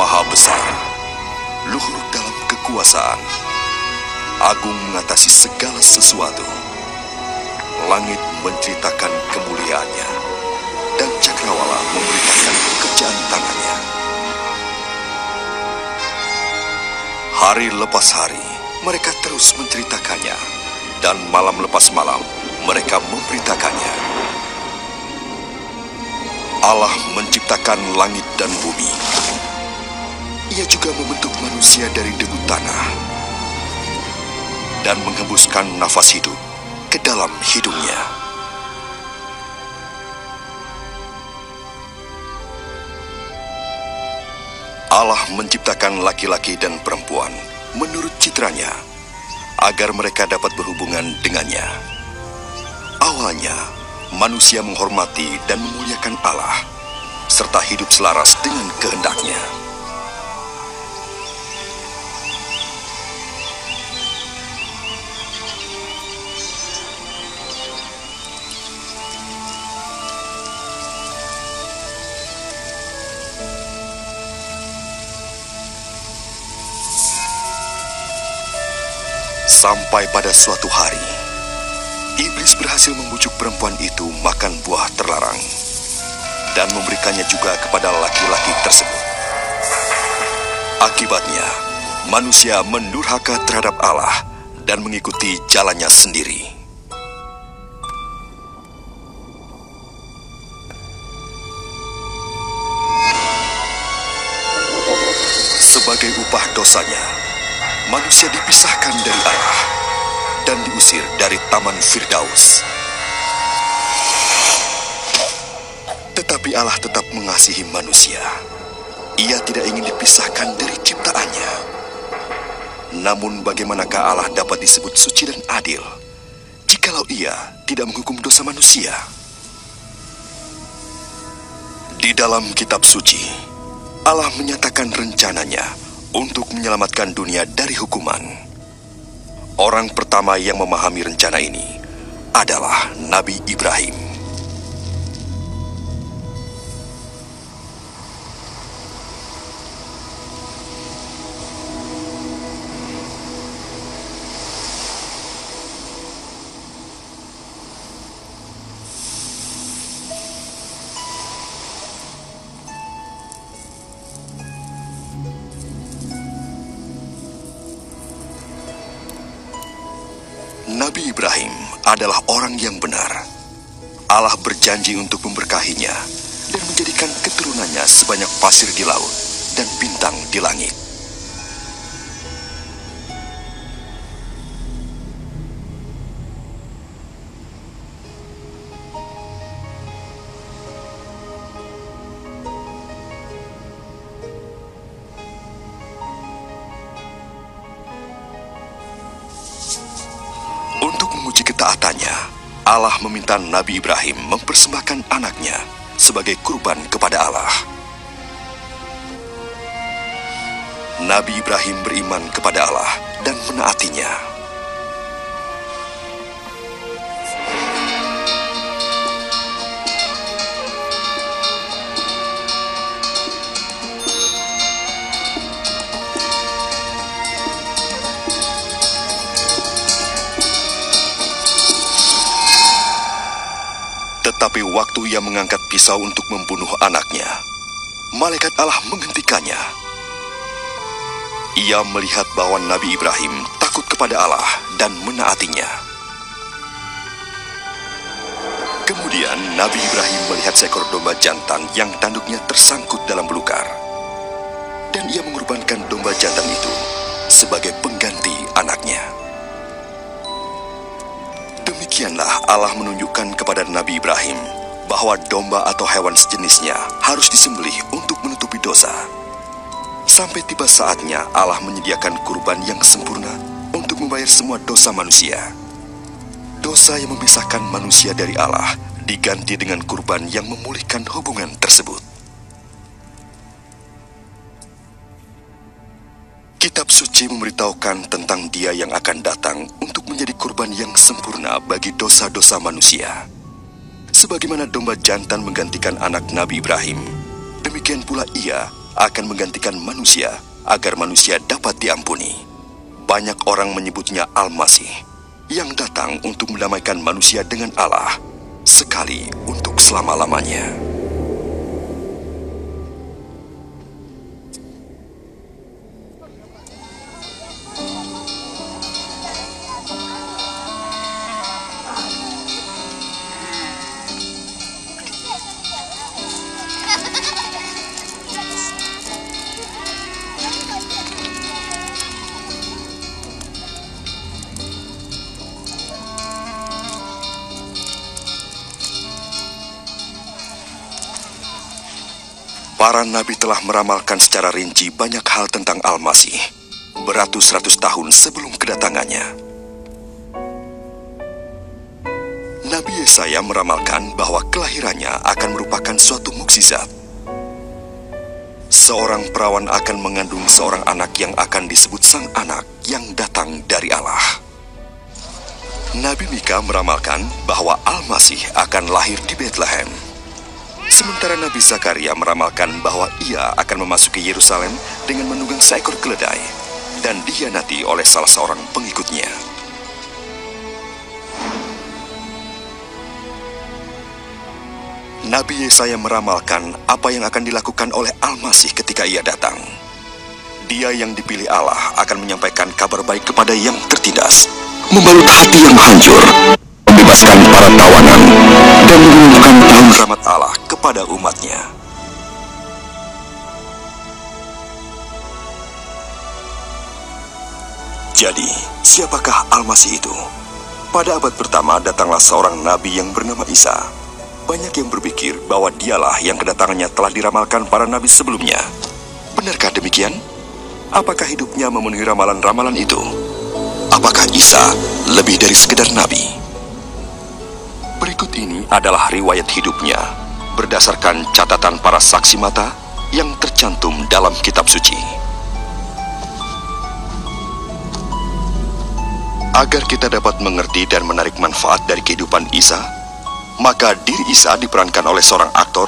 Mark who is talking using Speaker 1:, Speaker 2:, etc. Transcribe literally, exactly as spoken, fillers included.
Speaker 1: Maha Besar, luhur dalam kekuasaan, agung mengatasi segala sesuatu. Langit menceritakan kemuliaannya, dan cakrawala memberitakan pekerjaan tangannya. Hari lepas hari, mereka terus menceritakannya, dan malam lepas malam, mereka memberitakannya. Allah menciptakan langit dan bumi. Ia juga membentuk manusia dari debu tanah dan menghembuskan nafas hidup ke dalam hidungnya. Allah menciptakan laki-laki dan perempuan menurut citranya, agar mereka dapat berhubungan dengannya. Awalnya, manusia menghormati dan memuliakan Allah, serta hidup selaras dengan kehendaknya. Sampai pada suatu hari, iblis berhasil membujuk perempuan itu makan buah terlarang dan memberikannya juga kepada laki-laki tersebut. Akibatnya, manusia mendurhaka terhadap Allah dan mengikuti jalannya sendiri. Sebagai upah dosanya, manusia dipisahkan dari Allah dan diusir dari Taman Firdaus. Tetapi Allah tetap mengasihi manusia. Ia tidak ingin dipisahkan dari ciptaannya. Namun bagaimanakah Allah dapat disebut suci dan adil jikalau Ia tidak menghukum dosa manusia? Di dalam kitab suci, Allah menyatakan rencananya untuk menyelamatkan dunia dari hukuman. Orang pertama yang memahami rencana ini adalah Nabi Ibrahim. Nabi Ibrahim adalah orang yang benar. Allah berjanji untuk memberkahinya dan menjadikan keturunannya sebanyak pasir di laut dan bintang di langit. Menguji ketaatannya, Allah meminta Nabi Ibrahim mempersembahkan anaknya sebagai kurban kepada Allah. Nabi Ibrahim beriman kepada Allah dan menaatinya. Tetapi waktu ia mengangkat pisau untuk membunuh anaknya, malaikat Allah menghentikannya. Ia melihat bahwa Nabi Ibrahim takut kepada Allah dan menaatinya. Kemudian Nabi Ibrahim melihat seekor domba jantan yang tanduknya tersangkut dalam belukar. Dan ia mengorbankan domba jantan itu sebagai pengganti anaknya. Demikianlah Allah menunjukkan kepada Nabi Ibrahim bahwa domba atau hewan sejenisnya harus disembelih untuk menutupi dosa. Sampai tiba saatnya Allah menyediakan kurban yang sempurna untuk membayar semua dosa manusia. Dosa yang memisahkan manusia dari Allah diganti dengan kurban yang memulihkan hubungan tersebut. Kitab suci memberitahukan tentang Dia yang akan datang untuk menjadi kurban yang sempurna bagi dosa-dosa manusia. Sebagaimana domba jantan menggantikan anak Nabi Ibrahim, demikian pula Ia akan menggantikan manusia agar manusia dapat diampuni. Banyak orang menyebutnya Al-Masih, yang datang untuk mendamaikan manusia dengan Allah, sekali untuk selama-lamanya. Para nabi telah meramalkan secara rinci banyak hal tentang Al-Masih beratus-ratus tahun sebelum kedatangannya. Nabi Yesaya meramalkan bahwa kelahirannya akan merupakan suatu mukjizat. Seorang perawan akan mengandung seorang anak yang akan disebut sang anak yang datang dari Allah. Nabi Mika meramalkan bahwa Al-Masih akan lahir di Bethlehem. Sementara Nabi Zakaria meramalkan bahwa ia akan memasuki Yerusalem dengan menunggang seekor keledai dan dikhianati oleh salah seorang pengikutnya. Nabi Yesaya meramalkan apa yang akan dilakukan oleh Al-Masih ketika ia datang. Dia yang dipilih Allah akan menyampaikan kabar baik kepada yang tertindas, membalut hati yang hancur, membebaskan para tawanan, dan mengumumkan tahun rahmat Allah kepada umatnya. Jadi, siapakah Al-Masih itu? Pada abad pertama datanglah seorang nabi yang bernama Isa. Banyak yang berpikir bahwa dialah yang kedatangannya telah diramalkan para nabi sebelumnya. Benarkah demikian? Apakah hidupnya memenuhi ramalan-ramalan itu? Apakah Isa lebih dari sekedar nabi? Berikut ini adalah riwayat hidupnya berdasarkan catatan para saksi mata yang tercantum dalam kitab suci. Agar kita dapat mengerti dan menarik manfaat dari kehidupan Isa, maka diri Isa diperankan oleh seorang aktor